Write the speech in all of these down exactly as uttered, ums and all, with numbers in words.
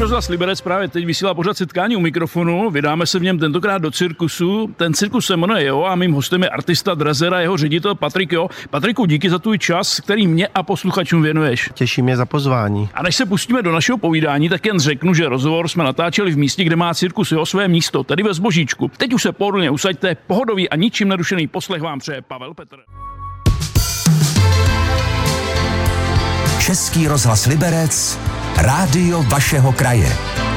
rozhlas Liberec právě teď vysílá pořad Setkání u mikrofonu. Vydáme se v něm tentokrát do cirkusu. Ten cirkus se jmenuje Jo a mým hostem je artista Drezer a jeho ředitel Patrik Jo. Patriku, díky za tvůj čas, který mě a posluchačům věnuješ. Těší mě za pozvání. A než se pustíme do našeho povídání, tak jen řeknu, že rozhovor jsme natáčeli v místě, kde má cirkus Jo své místo, tedy ve Zbožíčku. Teď už se pohodlně usaďte, pohodový a ničím nerušený poslech vám přeje Pavel Petr. Český rozhlas Liberec, rádio vašeho kraje.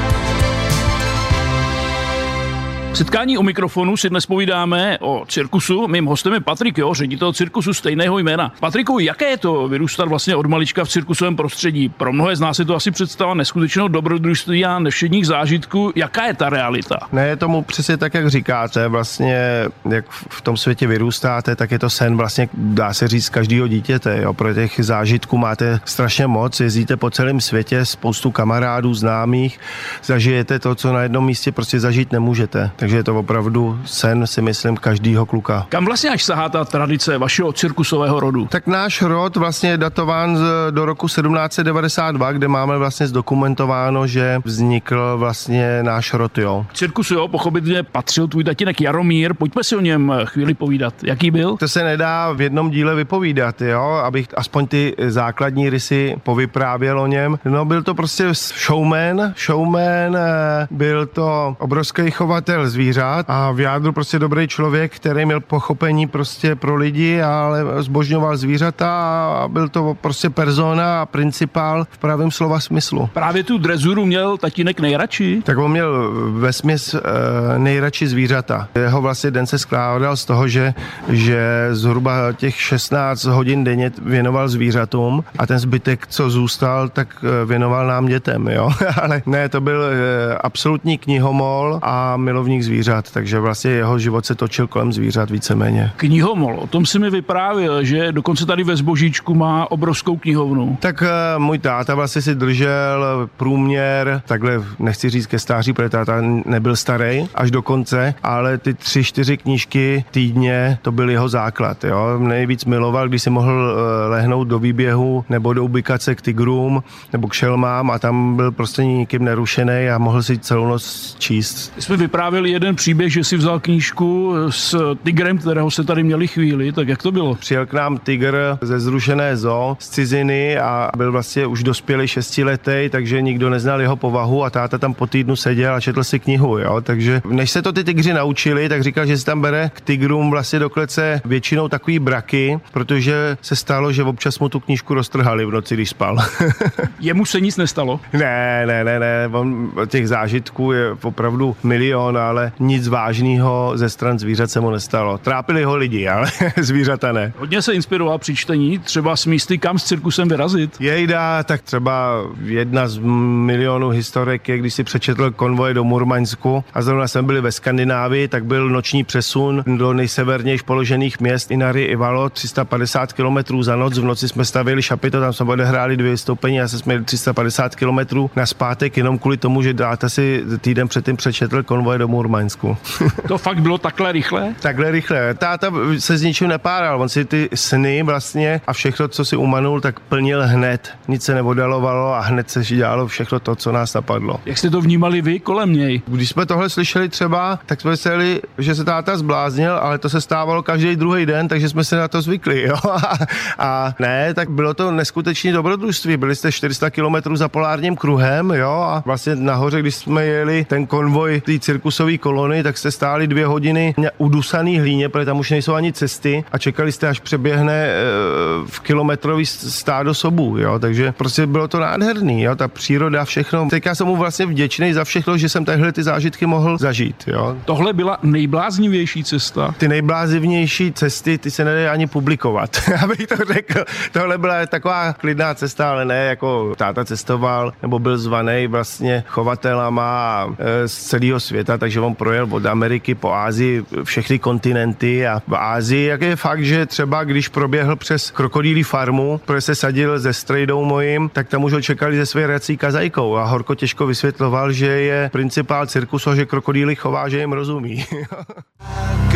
V Setkání u mikrofonu si dnes povídáme o cirkusu. Mým hostem je Patrik Jo, ředitel cirkusu stejného jména. Patriku, jaké je to vyrůstat vlastně od malička v cirkusovém prostředí? Pro mnohé z nás je to asi představa neskutečného dobrodružství a nevšedních zážitků. Jaká je ta realita? Ne, je tomu přesně tak, jak říkáte. Vlastně, jak v tom světě vyrůstáte, tak je to sen vlastně, dá se říct, každého dítěte. Jo? Pro těch zážitků máte strašně moc, jezdíte po celém světě, spoustu kamarádů, známých, zažijete to, co na jednom místě prostě zažít nemůžete. Takže je to opravdu sen, si myslím, každýho kluka. Kam vlastně až sahá ta tradice vašeho cirkusového rodu? Tak náš rod vlastně je datován do roku sedmnáct set devadesát dva, kde máme vlastně zdokumentováno, že vznikl vlastně náš rod Jo. K cirkusu Jo pochopitelně patřil tvůj tatínek Jaromír. Pojďme si o něm chvíli povídat. Jaký byl? To se nedá v jednom díle vypovídat, jo, abych aspoň ty základní rysy povyprávěl o něm. No, byl to prostě showman, showman, byl to obrovský chovatel zvířat a v jádru prostě dobrý člověk, který měl pochopení prostě pro lidi, ale zbožňoval zvířata a byl to prostě persona a principál v pravém slova smyslu. Právě tu drezuru měl tatínek nejradši? Tak on měl vesměs nejradši zvířata. Jeho vlastně den se skládal z toho, že, že zhruba těch šestnáct hodin denně věnoval zvířatům a ten zbytek, co zůstal, tak věnoval nám dětem, jo. Ale ne, to byl absolutní knihomol a milovník zvířat, takže vlastně jeho život se točil kolem zvířat víceméně. Knihomol, o tom si mi vyprávěl, že dokonce tady ve Zbožíčku má obrovskou knihovnu. Tak můj táta vlastně si držel průměr, takhle nechci říct ke stáří, protože táta nebyl starý až do konce, ale ty tři, čtyři knížky týdně, to byl jeho základ, jo. Nejvíc miloval, když si mohl lehnout do výběhu nebo do ubikace k tigrům nebo k šelmám a tam byl prostě nikým nerušený a mohl si celou noc číst. Jsme vyprávěli jeden příběh, že si vzal knížku s tigrem, kterého se tady měli chvíli, tak jak to bylo? Přijel k nám tygr ze zrušené zoo z ciziny a byl vlastně už dospělý šestiletý, takže nikdo neznal jeho povahu a táta tam po týdnu seděl a četl si knihu, jo. Takže než se to ty tygři naučili, tak říkal, že si tam bere k tigrům vlastně do klece většinou takový braky, protože se stalo, že občas mu tu knížku roztrhali v noci, když spal. Jemu se nic nestalo? Ne, ne, ne, ne, on, těch zážitků je opravdu milion, ale nic vážného ze stran zvířat se mu nestalo. Trápili ho lidi, ale zvířata ne. Hodně se inspiroval při čtení, třeba s místy, kam s cirkusem vyrazit. Jejda, tak třeba jedna z milionů historek je, když si přečetl Konvoje do Murmansku a zrovna jsme byli ve Skandinávii, tak byl noční přesun do nejsevernějš položených měst Inari Ivalo, tři sta padesát kilometrů za noc. V noci jsme stavili šapito, tam jsme odehráli dvě vystoupení a se jsme jeli tři sta padesát kilometrů na zpátek jenom kvůli tomu, že dáta si týden předtím přečetl Konvoje do Murmansku. To fakt bylo takhle rychle? Takhle rychle. Táta se s ničím nepáral. On si ty sny vlastně a všechno, co si umanul, tak plnil hned. Nic se neodalovalo a hned se dělalo všechno to, co nás napadlo. Jak jste to vnímali vy kolem něj? Když jsme tohle slyšeli třeba, tak jsme si jeli, že se táta zbláznil, ale to se stávalo každý druhý den, takže jsme se na to zvykli. Jo? A, a ne, tak bylo to neskutečné dobrodružství. Byli jste čtyři sta kilometrů za polárním kruhem, jo, a vlastně nahoře, když jsme jeli ten konvoj té cirkusové kolony, tak jste stáli dvě hodiny u dusaný hlíně, protože tam už nejsou ani cesty a čekali jste, až přeběhne e, v kilometrový stádo sobů, jo, takže prostě bylo to nádherný, jo, ta příroda, všechno. Teď já jsem mu vlastně vděčný za všechno, že jsem tahle ty zážitky mohl zažít, jo. Tohle byla nejbláznivější cesta? Ty nejbláznivější cesty, ty se nedají ani publikovat, abych to řekl. Tohle byla taková klidná cesta, ale ne jako táta cestoval, nebo byl zvaný vlastně chovatelama e, z celého světa, takže on projel od Ameriky po Asii všechny kontinenty a v Asii, jak je fakt, že třeba když proběhl přes krokodýlí farmu, protože se sadil se strejdou mojím, tak tam už ho čekali ze své rací kazajkou a horko těžko vysvětloval, že je principál cirkusu, že krokodýly chová, že jim rozumí.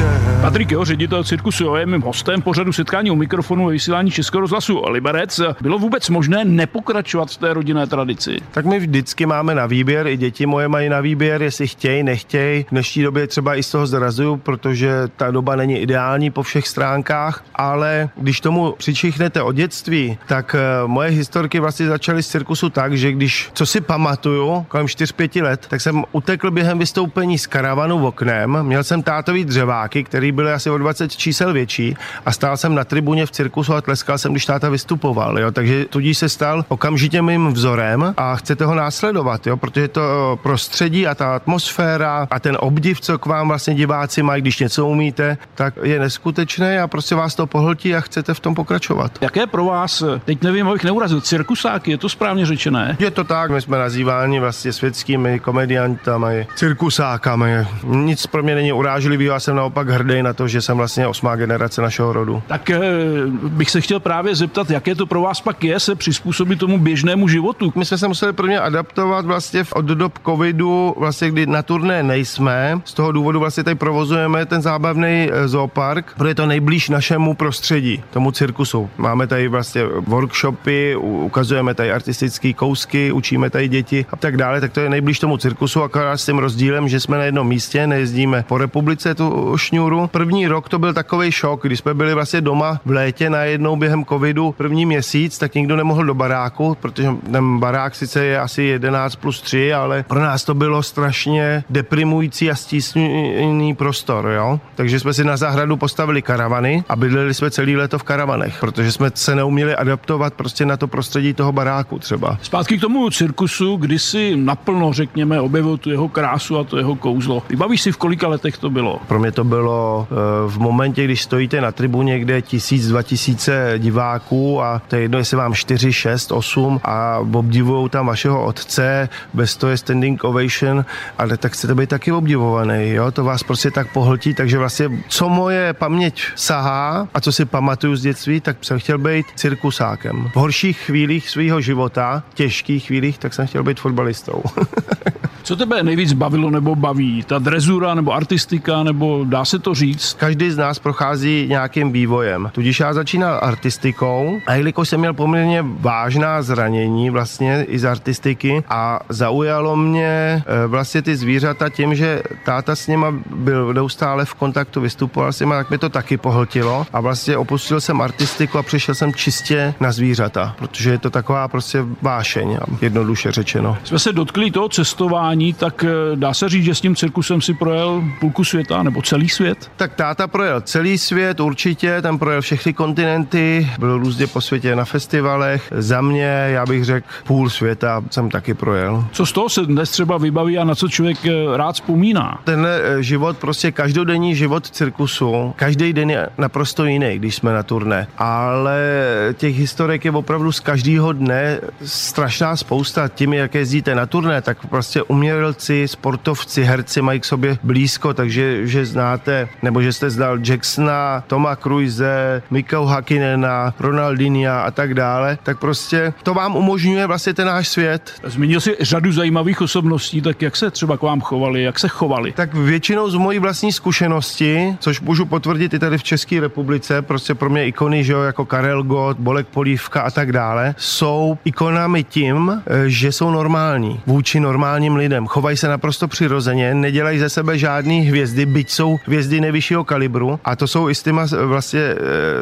Patrik Jo, ředitel cirkusu, je mým hostem pořadu Setkání u mikrofonu ve vysílání Českého rozhlasu Liberec. Bylo vůbec možné nepokračovat v té rodinné tradici? Tak my vždycky máme na výběr, i děti moje mají na výběr, jestli chtějí, nechtějí. V dnešní době třeba i z toho zrazuju, protože ta doba není ideální po všech stránkách, ale když tomu přičichnete od dětství, tak moje historky vlastně začaly z cirkusu tak, že když, co si pamatuju, kolem čtyři pět let, tak jsem utekl během vystoupení z karavanu oknem, měl jsem tátový dřeváky, který byly asi o dvacet čísel větší a stál jsem na tribuně v cirkusu a tleskal jsem, když táta vystupoval, jo, takže tudíž se stal okamžitě mým vzorem a chcete ho následovat, jo, protože to prostředí a ta atmosféra a ten obdiv, co k vám vlastně diváci mají, když něco umíte, tak je neskutečné a prostě vás to pohltí a chcete v tom pokračovat. Jaké pro vás, teď nevím, abych neurazil, cirkusáky, je to správně řečené? Je to tak, my jsme nazýváni vlastně světskými komediantami, cirkusákami. Nic pro mě není urážlivý, já jsem naopak hrdý na to, že jsem vlastně osmá generace našeho rodu. Tak eh, bych se chtěl právě zeptat, jaké to pro vás pak je se přizpůsobit tomu běžnému životu? My jsme se museli prvně adaptovat vlastně od dob covidu, vlastně kdy na turné nejsme. Z toho důvodu vlastně tady provozujeme ten zábavný zoopark, protože je to nejblíž našemu prostředí, tomu cirkusu. Máme tady vlastně workshopy, ukazujeme tady artistické kousky, učíme tady děti a tak dále, tak to je nejblíž tomu cirkusu, akorát s tím rozdílem, že jsme na jednom místě, nejezdíme po republice tu šňůru. První rok to byl takovej šok, když jsme byli vlastně doma v létě najednou během covidu první měsíc, tak nikdo nemohl do baráku, protože ten barák sice je asi jedenáct plus tři, ale pro nás to bylo strašně deprimující a stísněný prostor, jo. Takže jsme si na zahradu postavili karavany a bydleli jsme celý léto v karavanech, protože jsme se neuměli adaptovat prostě na to prostředí toho baráku třeba. Zpátky k tomu cirkusu, kdy si naplno, řekněme, objevil tu jeho krásu a to jeho kouzlo. Vybavíš si, v kolika letech to bylo? Pro mě to bylo v momentě, když stojíte na tribuně, kde je tisíc, dva tisíce diváků a to je jedno, jestli vám čtyři, šest, osm a obdivujou tam vašeho otce, bez toho je standing ovation, ale tak chcete být taky obdivovaný, jo, to vás prostě tak pohltí, takže vlastně co moje paměť sahá a co si pamatuju z dětství, tak jsem chtěl být cirkusákem. V horších chvílích svého života, těžkých chvílích, tak jsem chtěl být fotbalistou. Co tebe nejvíc bavilo nebo baví? Ta drezura nebo artistika, nebo dá se to říct? Každý z nás prochází nějakým vývojem. Tudíž já začínal artistikou a jelikož jsem měl poměrně vážná zranění vlastně i z artistiky a zaujalo mě vlastně ty zvířata tím, že táta s nima byl neustále v kontaktu, vystupoval s nima, tak mi to taky pohltilo a vlastně opustil jsem artistiku a přišel jsem čistě na zvířata, protože je to taková prostě vášeň, jednoduše řečeno. Jsme se dotkli toho cestování, tak dá se říct, že s tím cirkusem si projel půlku světa nebo celý svět? Tak táta projel celý svět určitě, tam projel všechny kontinenty, byl různě po světě na festivalech. Za mě, já bych řekl, půl světa jsem taky projel. Co z toho se dnes třeba vybaví a na co člověk rád vzpomíná? Ten život, prostě každodenní život cirkusu, každý den je naprosto jiný, když jsme na turné, ale těch historek je opravdu z každého dne strašná spousta. Tím, jak jezdíte na turné, tak prostě umělci, sportovci, herci mají k sobě blízko, takže že znáte, nebo že jste znal Jacksona, Toma Cruise, Mikau Hakinena, Ronaldinha a tak dále, tak prostě to vám umožňuje vlastně ten náš svět. Zmínil jsi řadu zajímavých osobností, tak jak se třeba k vám chovali, jak se chovali? Tak většinou z mojí vlastní zkušenosti, což můžu potvrdit i tady v České republice, prostě pro mě ikony, že jo, jako Karel Gott, Bolek Polívka a tak dále, jsou ikonami tím, že jsou normální, vůči normálním lidem. Chovají se naprosto přirozeně, nedělají ze sebe žádný hvězdy, byť jsou hvězdy nejvyššího kalibru a to jsou i s těma vlastně e,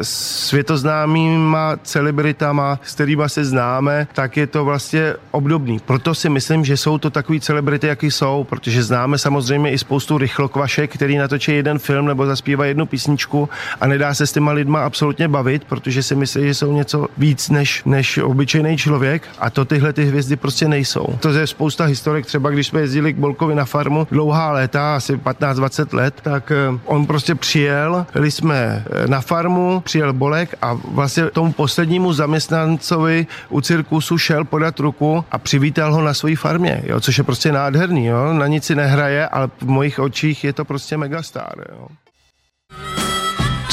světoznámýma celebritama, s kterýma se známe, tak je to vlastně obdobný. Proto si myslím, že jsou to takový celebrity, jaký jsou, protože známe samozřejmě i spoustu rychlokvašek, který natočí jeden film nebo zaspívají jednu písničku a nedá se s těma lidma absolutně bavit, protože si myslí, že jsou něco víc než, než obyčejný člověk a to tyhle ty hvězdy prostě nejsou. To je spousta historek, třeba když jsme jezdili k Bolkovi na farmu dlouhá léta, asi patnáct dvacet let, tak on prostě přijel, jeli jsme na farmu, přijel Bolek a vlastně tomu poslednímu zaměstnancovi u cirkusu šel podat ruku a přivítal ho na své farmě, jo, což je prostě nádherný, jo, na nic si nehraje, ale v mojich očích je to prostě megastar, jo.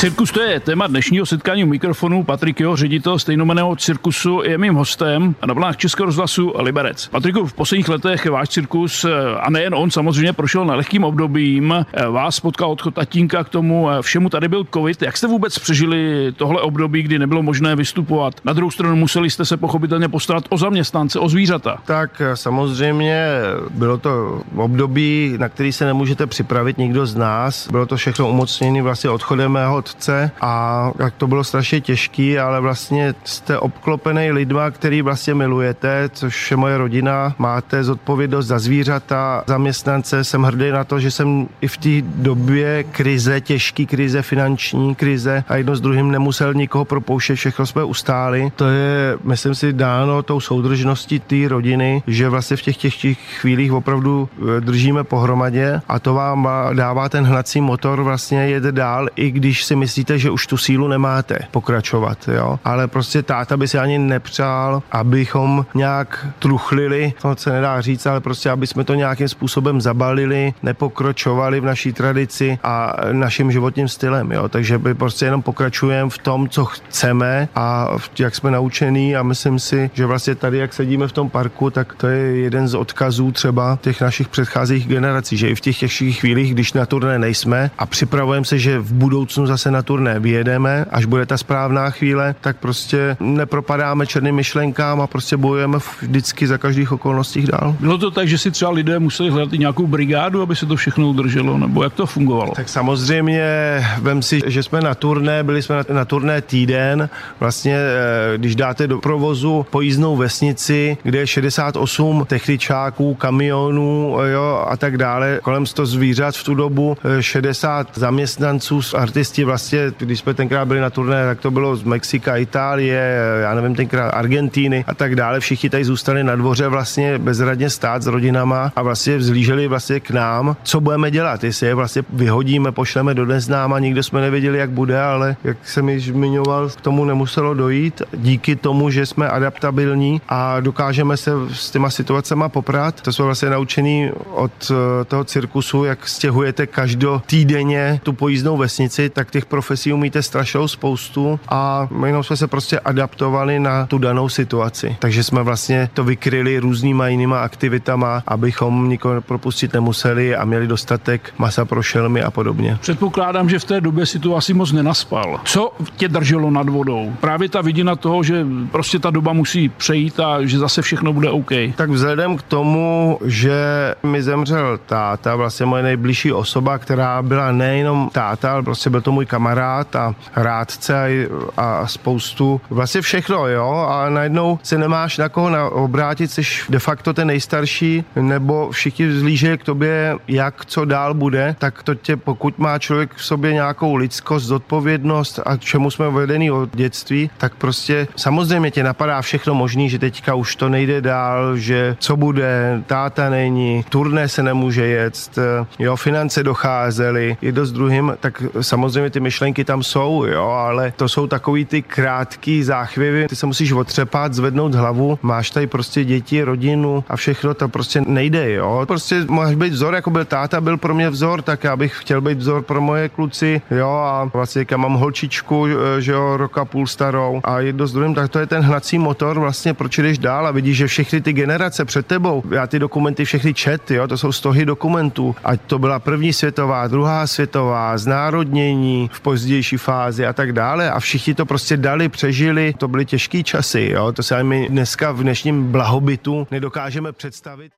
Cirkus, to je téma dnešního setkání u mikrofonu. Patrik Jo, ředitel stejnojmenného cirkusu, je mým hostem na vlnách Českého rozhlasu Liberec. Patriku, v posledních letech váš cirkus, a nejen on, samozřejmě prošel nelehkým obdobím. Vás potkal odchod tatínka, k tomu všemu tady byl covid. Jak jste vůbec přežili tohle období, kdy nebylo možné vystupovat? Na druhou stranu museli jste se pochopitelně postarat o zaměstnance, o zvířata. Tak samozřejmě bylo to období, na který se nemůžete připravit nikdo z nás. Bylo to všechno umocněné vlastně odchodem mého otce a jak to bylo strašně těžký, ale vlastně jste obklopený lidma, který vlastně milujete, což je moje rodina. Máte zodpovědnost za zvířata, zaměstnance. Jsem hrdý na to, že jsem i v té době krize, těžký krize, finanční krize a jedno s druhým nemusel nikoho propouštět, všechno jsme ustáli. To je, myslím si, dáno tou soudržností té rodiny, že vlastně v těch těžkých chvílích opravdu držíme pohromadě a to vám dává ten hnací motor vlastně jet dál, i když si myslíte, že už tu sílu nemáte pokračovat, jo. Ale prostě táta by si ani nepřál, abychom nějak truchlili, to se nedá říct, ale prostě aby jsme to nějakým způsobem zabalili, nepokročovali v naší tradici a naším životním stylem, jo. Takže by prostě jenom pokračujeme v tom, co chceme a jak jsme naučení a myslím si, že vlastně tady, jak sedíme v tom parku, tak to je jeden z odkazů třeba těch našich předcházejících generací, že i v těch těžších chvílích, když na turné nejsme a připravujeme se, že v budoucnu zase na turné vyjedeme, až bude ta správná chvíle, tak prostě nepropadáme černým myšlenkám a prostě bojujeme vždycky za každých okolností dál. Bylo to tak, že si třeba lidé museli hledat i nějakou brigádu, aby se to všechno udrželo, nebo jak to fungovalo? Tak samozřejmě, vem si, že jsme na turné, byli jsme na, na turné týden, vlastně když dáte do provozu pojízdnou vesnici, kde je šedesát osm techničáků, kamionů, jo, a tak dále, kolem sto zvířat v tu dobu, šedesát zaměstnanců, artisti vlastně, když jsme tenkrát byli na turné, tak to bylo z Mexika, Itálie, já nevím, tenkrát Argentíny a tak dále, všichni tady zůstali na dvoře vlastně bezradně stát s rodinama a vlastně vzlíželi vlastně k nám, co budeme dělat, jestli je vlastně vyhodíme, pošleme do neznáma, nikdo jsme nevěděli, jak bude, ale jak jsem již zmiňoval, k tomu nemuselo dojít, díky tomu, že jsme adaptabilní a dokážeme se s těma situacema poprat. To jsme vlastně naučení od toho cirkusu, jak stěhujete každotýdenně tu pojízdnou vesnici, tak těch profesí umíte strašnou spoustu a my jenom jsme se prostě adaptovali na tu danou situaci. Takže jsme vlastně to vykryli různýma jinýma aktivitama, abychom nikoho propustit nemuseli a měli dostatek masa pro šelmy a podobně. Předpokládám, že v té době si to asi moc nenaspal. Co tě drželo nad vodou? Právě ta vidina toho, že prostě ta doba musí přejít a že zase všechno bude OK. Tak vzhledem k tomu, že mi zemřel táta, vlastně moje nejbližší osoba, která byla nejenom táta, ale prostě byl to můj kamarád a rádce a, a spoustu, vlastně všechno, jo, a najednou se nemáš na koho na, obrátit, jsi de facto ten nejstarší, nebo všichni vzlížejí k tobě, jak co dál bude, tak to tě, pokud má člověk v sobě nějakou lidskost, zodpovědnost a čemu jsme vedený od dětství, tak prostě samozřejmě tě napadá všechno možný, že teďka už to nejde dál, že co bude, táta není, turné se nemůže jet, jo, finance docházely, jedno s druhým, tak samozřejmě ty myšlenky tam jsou, jo, ale to jsou takový ty krátký záchvěvy, ty se musíš otřepat, zvednout hlavu, máš tady prostě děti, rodinu a všechno, to prostě nejde, jo. Prostě máš být vzor, jako byl táta, byl pro mě vzor, tak já bych chtěl být vzor pro moje kluci, jo, a vlastně já mám holčičku, že jo, roka půl starou a jedno s druhým, tak to je ten hnací motor, vlastně proč jdeš dál a vidíš, že všechny ty generace před tebou, já ty dokumenty všechny čet, jo, to jsou stohy dokumentů, ať to byla první světová, druhá světová, znárodnění v pozdější fázi a tak dále a všichni to prostě dali, přežili, to byly těžký časy, jo, to se my dneska v dnešním blahobytu nedokážeme představit.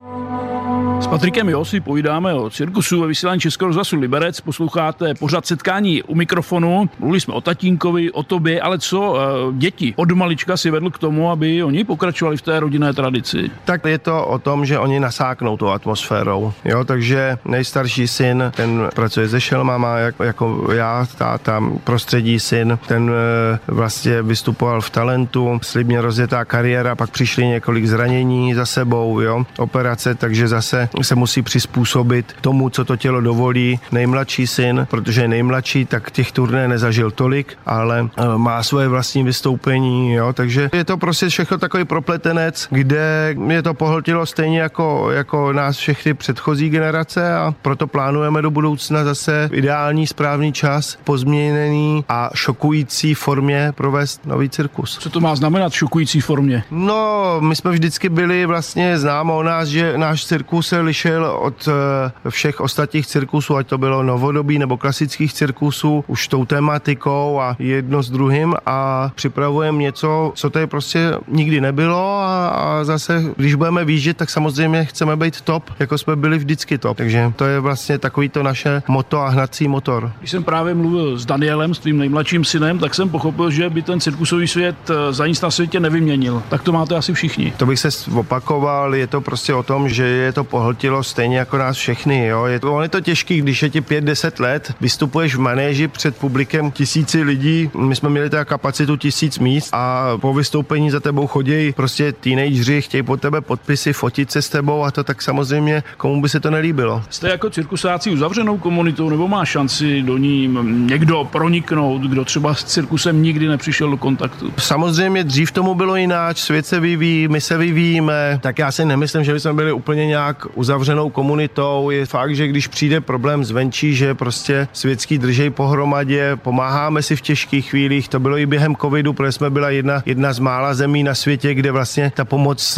S Patrikem Jo si povídáme o cirkusu ve vysílání Českého rozhlasu Liberec. Posloucháte pořad setkání u mikrofonu. Mluvili jsme o tatínkovi, o tobě, ale co děti od malička si vedl k tomu, aby oni pokračovali v té rodinné tradici? Tak je to o tom, že oni nasáknou tou atmosférou. Jo, takže nejstarší syn, ten pracuje se šelmama, jak, jako já, táta, prostředí syn, ten vlastně vystupoval v Talentu, slibně rozjetá kariéra, pak přišly několik zranění za sebou, jo, operace, takže zase se musí přizpůsobit tomu, co to tělo dovolí. Nejmladší syn, protože je nejmladší, tak těch turné nezažil tolik, ale má svoje vlastní vystoupení, jo, takže je to prostě všechno takový propletenec, kde je to pohltilo stejně jako, jako nás všechny předchozí generace a proto plánujeme do budoucna zase ideální správný čas, pozměněný a šokující formě provést nový cirkus. Co to má znamenat šokující formě? No, my jsme vždycky byli vlastně známo o nás, že náš cirkus se lišil od všech ostatních cirkusů, ať to bylo novodobí nebo klasických cirkusů, už tou tematikou a jedno s druhým a připravujeme něco, co tady prostě nikdy nebylo a, a zase, když budeme výjíždět, tak samozřejmě chceme být top, jako jsme byli vždycky top. Takže to je vlastně takový to naše motto a hnací motor. Když jsem právě mluvil s Danielem, s tvým nejmladším synem, tak jsem pochopil, že by ten cirkusový svět za nic na světě nevyměnil. Tak to máte asi všichni. To bych se opakoval, je to prostě o tom, že je to pohltilo stejně jako nás všechny. Jo? Je to, on je to těžký, když je ti pět deset let, vystupuješ v manéži před publikem tisíci lidí, my jsme měli teda kapacitu tisíc míst a po vystoupení za tebou chodí prostě teenageři, chtějí po tebe podpisy, fotit se s tebou a to tak samozřejmě, komu by se to nelíbilo. Jste jako cirkusáci uzavřenou komunitou nebo má šanci do ní někdo proniknout, kdo třeba s cirkusem nikdy nepřišel do kontaktu? Samozřejmě dřív tomu bylo jináč, svět se vyvíjí, my se vyvíjíme, tak já si nemyslím, že bychom byli úplně nějak uzavřenou komunitou. Je fakt, že když přijde problém zvenčí, že prostě světský držej pohromadě, pomáháme si v těžkých chvílích, to bylo i během covidu, protože jsme byla jedna, jedna z mála zemí na světě, kde vlastně ta pomoc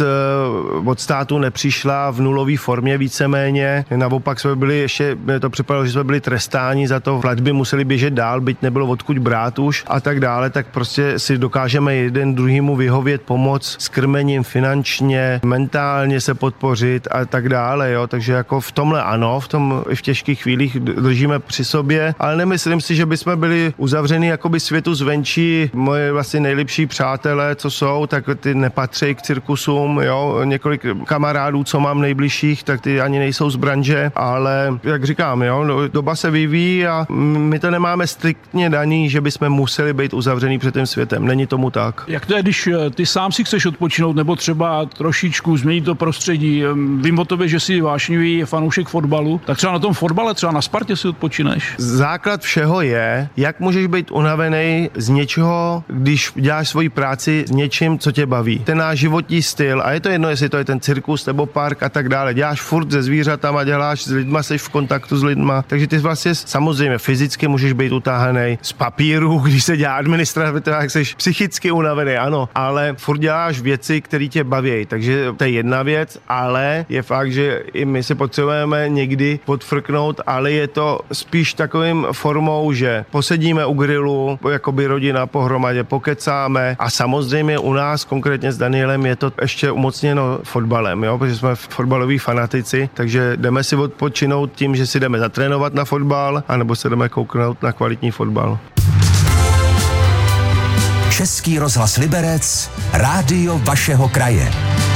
od státu nepřišla v nulové formě víceméně. Naopak jsme byli ještě, mě to připadalo, že jsme byli trestáni za to, platby museli běžet dál, byť nebylo odkud brát už a tak dále, tak prostě si dokážeme jeden druhýmu vyhovět, pomoc s krmením finančně, mentálně se podpořit a tak dále, jo, takže jako v tomhle ano, v tom i v těžkých chvílích držíme při sobě, ale nemyslím si, že bychom byli uzavřeni jakoby světu zvenčí. Moje vlastně nejlepší přátelé, co jsou, tak ty nepatří k cirkusům, jo, několik kamarádů, co mám nejbližších, tak ty ani nejsou z branže, ale jak říkám, jo, doba se vyvíjí a my to nemáme striktně daný, že bychom museli být uzavřený před tím světem. Není tomu tak. Jak to je, když ty sám si chceš odpočinout nebo třeba trošičku změnit to prostředí? Vím o tobě, že jsi vášnivý fanoušek fotbalu, tak třeba na tom fotbale, třeba na Spartě si odpočineš? Základ všeho je, jak můžeš být unavený z něčeho, když děláš svoji práci s něčím, co tě baví. Ten náš životní styl, a je to jedno, jestli to je ten cirkus nebo park a tak dále. Děláš furt se zvířatama, děláš s lidma, jsi v kontaktu s lidma, takže ty vlastně samozřejmě fyzicky můžeš být utáhaný z papíru, když se dělá administrativa, jak jsi psychicky unavený, ano, ale furt děláš věci, které tě baví, takže to je jedna věc, ale je fakt, že i my si potřebujeme někdy podfrknout, ale je to spíš takovým formou, že posedíme u grilu, jakoby rodina pohromadě, pokecáme a samozřejmě u nás konkrétně s Danielem je to ještě umocněno fotbalem, jo, protože jsme fotbaloví fanatici, takže jdeme si odpočinout tím, že si jdeme zatrénovat na fotbal, anebo se jdeme kouknout na kvalitní fotbal. Český rozhlas Liberec, rádio vašeho kraje.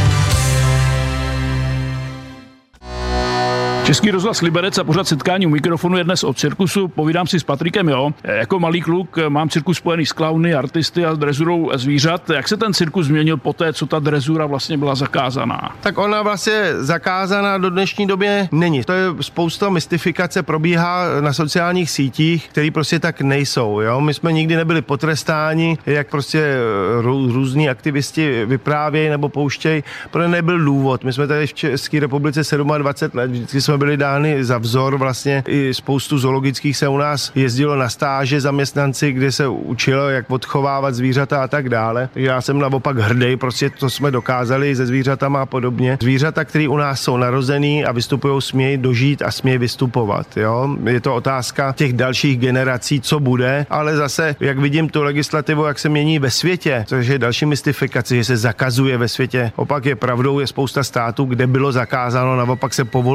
Český rozhlas Liberec a pořad setkání u mikrofonu je dnes o cirkusu. Povídám si s Patrikem, jo. Jako malý kluk mám cirkus spojený s klauny, artisty a s drezurou zvířat. Jak se ten cirkus změnil poté, co ta drezura vlastně byla zakázaná? Tak ona vlastně zakázaná do dnešní době není. To je spousta mystifikace, probíhá na sociálních sítích, které prostě tak nejsou, jo. My jsme nikdy nebyli potrestáni, jak prostě rů, různí aktivisti vyprávějí nebo pouštějí, protože nebyl důvod. My jsme tady v České republice dvacet sedm let, vždycky jsme byli dány za vzor, vlastně i spoustu zoologických se u nás jezdilo na stáže zaměstnanci, kde se učilo, jak odchovávat zvířata a tak dále. Takže já jsem naopak hrdý, prostě to jsme dokázali se zvířatama a podobně. Zvířata, které u nás jsou narozený a vystupují, smějí dožít a smějí vystupovat, jo. Je to otázka těch dalších generací, co bude, ale zase, jak vidím tu legislativu, jak se mění ve světě, což je další mystifikace, že se zakazuje ve světě. Opak je pravdou, je spousta států, kde bylo zakázáno, naopak se povoluje, protože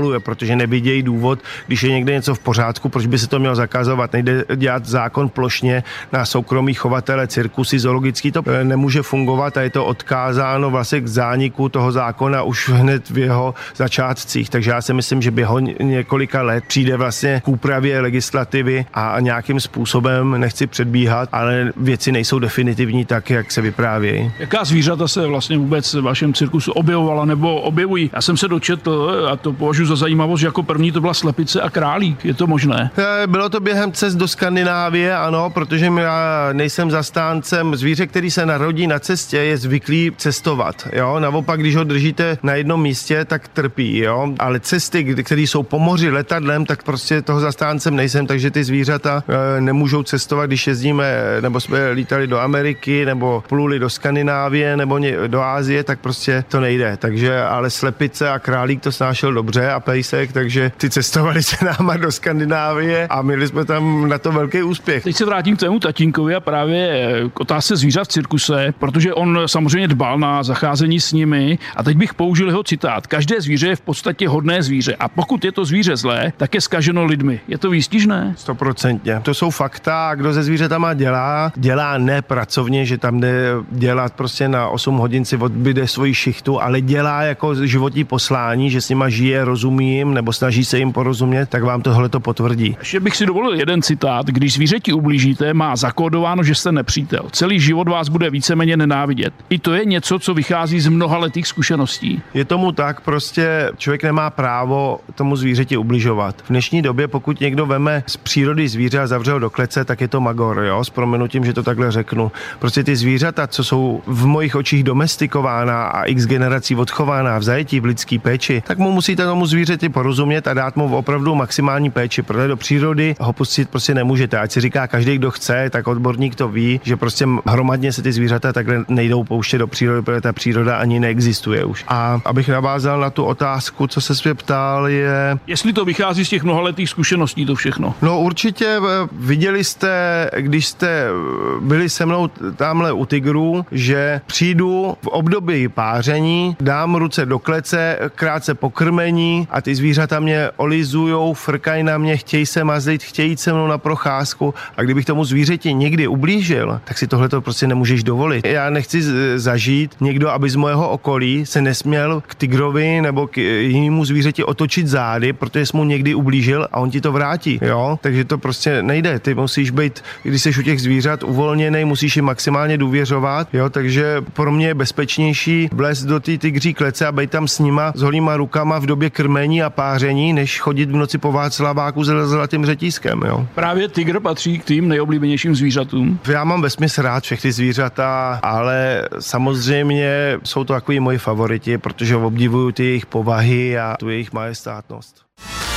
protože nevidějí důvod, když je někde něco v pořádku, proč by se to mělo zakazovat. Nejde dělat zákon plošně na soukromí chovatele, cirkusy, zoologický, to nemůže fungovat a je to odkázáno vlastně k zániku toho zákona už hned v jeho začátcích. Takže já si myslím, že během několika let přijde vlastně k úpravě legislativy a nějakým způsobem, nechci předbíhat, ale věci nejsou definitivní tak, jak se vyprávějí. Jaká zvířata se vlastně vůbec v vašem cirkusu objevovala nebo objevují? Já jsem se dočetl, a to považuji za zajímavost, že jako první to byla slepice a králík. Je to možné? Bylo to během cest do Skandinávie, ano, protože já nejsem zastáncem zvíře, který se narodí na cestě, je zvyklý cestovat. Jo? Naopak, když ho držíte na jednom místě, tak trpí. Jo? Ale cesty, které jsou po moři letadlem, tak prostě toho zastáncem nejsem, takže ty zvířata e, nemůžou cestovat, když jezdíme, nebo jsme lítali do Ameriky, nebo pluli do Skandinávie, nebo do Asie, tak prostě to nejde. Takže ale slepice a králík to snášel dobře a pejsek, takže ty cestovali se náma do Skandinávie a měli jsme tam na to velký úspěch. Teď se vrátím k tému tatínkovi a právě k otázce zvířat v cirkuse, protože on samozřejmě dbal na zacházení s nimi a teď bych použil jeho citát. Každé zvíře je v podstatě hodné zvíře a pokud je to zvíře zlé, tak je zkaženo lidmi. Je to výstižné? Stoprocentně. To jsou fakta a kdo ze zvířatama dělá, dělá ne pracovně, že tam jde dělat prostě na osm hodin si odbyde svoji šichtu, ale dělá jako životní poslání, že s nima žije, rozumí jim nebo snaží se jim porozumět, tak vám tohle to potvrdí. Ještě bych si dovolil jeden citát. Když zvířeti ublížíte, má zakódováno, že jste nepřítel. Celý život vás bude víceméně nenávidět. I to je něco, co vychází z mnohaletých zkušeností. Je tomu tak, prostě člověk nemá právo tomu zvířeti ubližovat. V dnešní době, pokud někdo veme z přírody zvíře a zavře ho do klece, tak je to magor, jo, s prominutím, že to takhle řeknu. Prostě ty zvířata, co jsou v mojich očích domestikována a x generací odchována v zajetí, v lidský péči, tak mu musíte tomu zvířeti porozumět a dát mu opravdu maximální péči, protože do přírody ho pustit prostě nemůžete. Ať si říká každý, kdo chce, tak odborník to ví, že prostě hromadně se ty zvířata takhle nejdou pouštět do přírody, protože ta příroda ani neexistuje už. A abych navázal na tu otázku, co se mě ptal, je... Jestli to vychází z těch mnohaletých zkušeností, to všechno. No určitě viděli jste, když jste byli se mnou tamhle u tigrů, že přijdu v období páření, dám ruce do klece, krátce pokrmení a ty zvířata mě olizujou, frkají na mě, chtějí se mazlit, chtějí jít se mnou na procházku a kdybych tomu zvířeti někdy ublížil, tak si tohle to prostě nemůžeš dovolit. Já nechci zažít někdo, aby z mého okolí se nesměl k tigrovi nebo k jinému zvířeti otočit zády, protože jsi mu někdy ublížil a on ti to vrátí, jo? Takže to prostě nejde. Ty musíš být, když jsi u těch zvířat uvolněnej, musíš jim maximálně důvěřovat, jo? Takže pro mě je bezpečnější vlézt do té tygří klece a být tam s nima s holýma rukama v době krmení a páření, než chodit v noci po Václaváku se zlatým řetízkem, jo? Právě tygr patří k tým nejoblíbenějším zvířatům. Já mám vesměs rád všechny zvířata, ale samozřejmě jsou to takový moji favoriti, protože obdivuju ty jejich povahy a tu jejich majestátnost.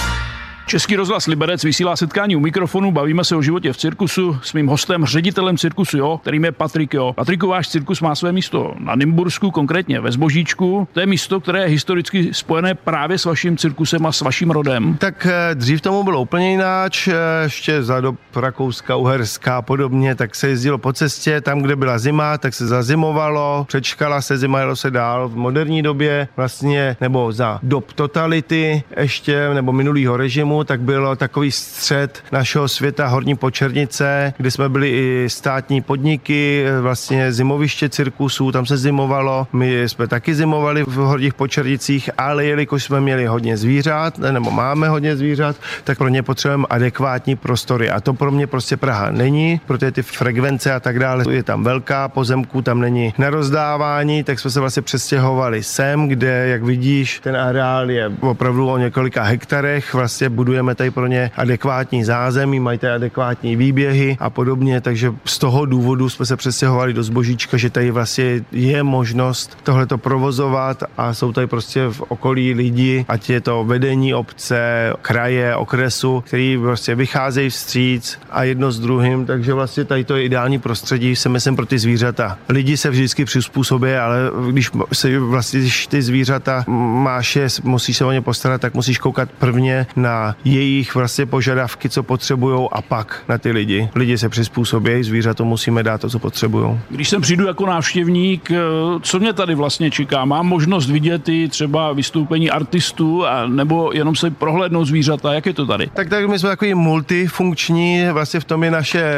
Český rozhlas Liberec vysílá setkání u mikrofonu, bavíme se o životě v cirkusu s mým hostem, ředitelem cirkusu, jo, kterým je Patrik, jo. Patriku, váš cirkus má své místo na Nymbursku, konkrétně ve Zbožíčku. To je místo, které je historicky spojené právě s vaším cirkusem a s vaším rodem. Tak dřív tomu bylo úplně jináč, ještě za dob Rakouska, Uherska a podobně, tak se jezdilo po cestě, tam, kde byla zima, tak se zazimovalo, přečkala se zima, jelo se dál. V moderní době vlastně, nebo za dob totality ještě, nebo minulýho režimu, tak bylo takový střed našeho světa Horní Počernice, kde jsme byli i státní podniky, vlastně zimoviště cirkusů, tam se zimovalo. My jsme taky zimovali v Horních Počernicích, ale jelikož jsme měli hodně zvířat, nebo máme hodně zvířat, tak pro ně potřebujeme adekvátní prostory. A to pro mě prostě Praha není, protože ty frekvence a tak dále je tam velká, pozemků tam není na rozdávání, tak jsme se vlastně přestěhovali sem, kde, jak vidíš, ten areál je opravdu o několika hektarech, vlastně budujeme tady pro ně adekvátní zázemí, mají tady adekvátní výběhy a podobně, takže z toho důvodu jsme se přestěhovali do Zbožíčka, že tady vlastně je možnost tohleto provozovat a jsou tady prostě v okolí lidi, ať je to vedení obce, kraje, okresu, který prostě vycházejí vstříc a jedno s druhým, takže vlastně tady to je ideální prostředí, se myslím, pro ty zvířata. Lidi se vždycky přizpůsobí, ale když se vlastně když ty zvířata máš je, musíš se o ně postarat, tak musíš koukat prvně na jejich vlastně požadavky, co potřebují a pak na ty lidi. Lidi se přizpůsobí, zvířatům musíme dát to, co potřebují. Když sem přijdu jako návštěvník, co mě tady vlastně čeká? Mám možnost vidět i třeba vystoupení artistů a nebo jenom se prohlédnout zvířata? Jak je to tady? Tak, tak my jsme takový multifunkční, vlastně v tom je naše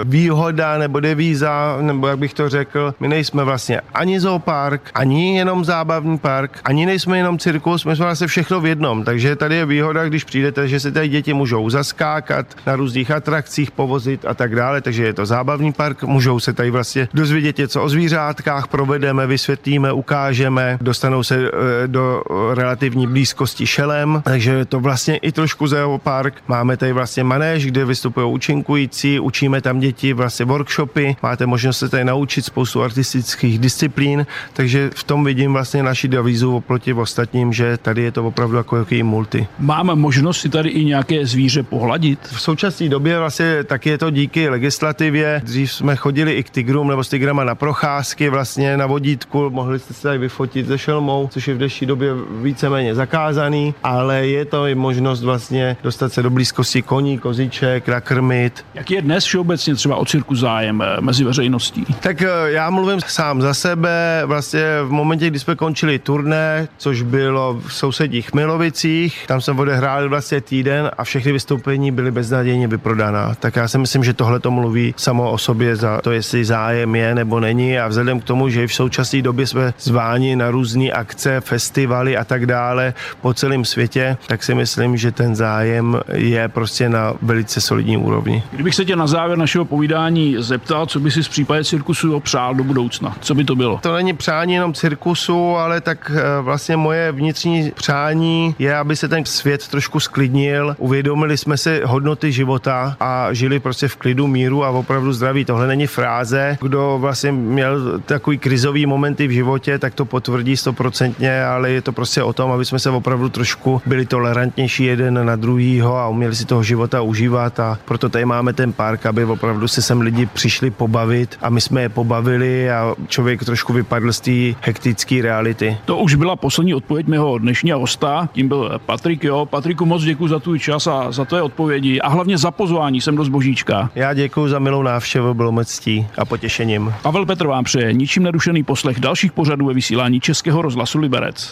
výhoda nebo devíza, nebo jak bych to řekl, my nejsme vlastně ani zoopark, ani jenom zábavní park, ani nejsme jenom cirkus, my jsme vlastně všechno v jednom, takže tady je výhoda, když přijdete, že se tady děti můžou zaskákat na různých atrakcích, povozit a tak dále, takže je to zábavní park, můžou se tady vlastně dozvědět něco o zvířátkách, provedeme, vysvětlíme, ukážeme, dostanou se do relativní blízkosti šelem, takže je to vlastně i trošku zoopark. Máme tady vlastně manéž, kde vystupují účinkující, učíme tam děti vlastně workshopy, máte možnost se tady naučit spoustu artistických disciplín, takže v tom vidím vlastně naši devízu oproti ostatním, že tady je to opravdu jako jaký multi. Máme možnost si tady i nějaké zvíře pohladit? V současné době vlastně taky je to díky legislativě. Dřív jsme chodili i k tigrům nebo s tigrama na procházky vlastně na vodítku, mohli jste se tady vyfotit se šelmou, což je v dnešní době víceméně zakázaný, ale je to i možnost vlastně dostat se do blízkosti koní, koziček, nakrmit. Jak je dnes všeobecně třeba o cirkus zájem mezi veřejností? Tak já mluvím sám za sebe, vlastně v momentě, kdy jsme končili turné, což bylo v sousedních Milovicích, tam jsme odehráli vlastně týden a všechny vystoupení byly beznadějně vyprodaná. Tak já si myslím, že tohle to mluví samo o sobě za to, jestli zájem je nebo není, a vzhledem k tomu, že v současné době jsme zváni na různé akce, festivaly a tak dále po celém světě, tak si myslím, že ten zájem je prostě na velice solidní úrovni. Kdybych se tě na závěr našeho povídání zeptal, co by si v případě cirkusu přál do budoucna, co by to bylo? To není přání jenom cirkusu, ale tak vlastně moje vnitřní přání je, aby se ten svět trošku sklidnil, uvědomili jsme si hodnoty života a žili prostě v klidu, míru a opravdu zdraví. Tohle není fráze. Kdo vlastně měl takový krizový momenty v životě, tak to potvrdí stoprocentně, ale je to prostě o tom, aby jsme se opravdu trošku byli tolerantnější jeden na druhýho a uměli si toho života užívat, a proto tady máme ten park, aby opravdu se sem lidi přišli pobavit a my jsme je pobavili a člověk trošku vypadl z té hektické reality. To už byla poslední odpověď mého dnešního hosta, tím byl Patrik Jo. Patriku, moc děkuji za tvůj čas a za tvoje odpovědi a hlavně za pozvání sem do Zbožíčka. Já děkuji za milou návštěvu, bylo moc ctí a potěšením. Pavel Petr vám přeje ničím nerušený poslech dalších pořadů ve vysílání Českého rozhlasu Liberec.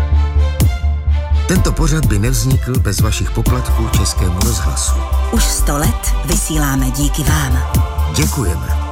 Tento pořad by nevznikl bez vašich poplatků Českému rozhlasu. Už sto let vysíláme díky vám. Děkujeme.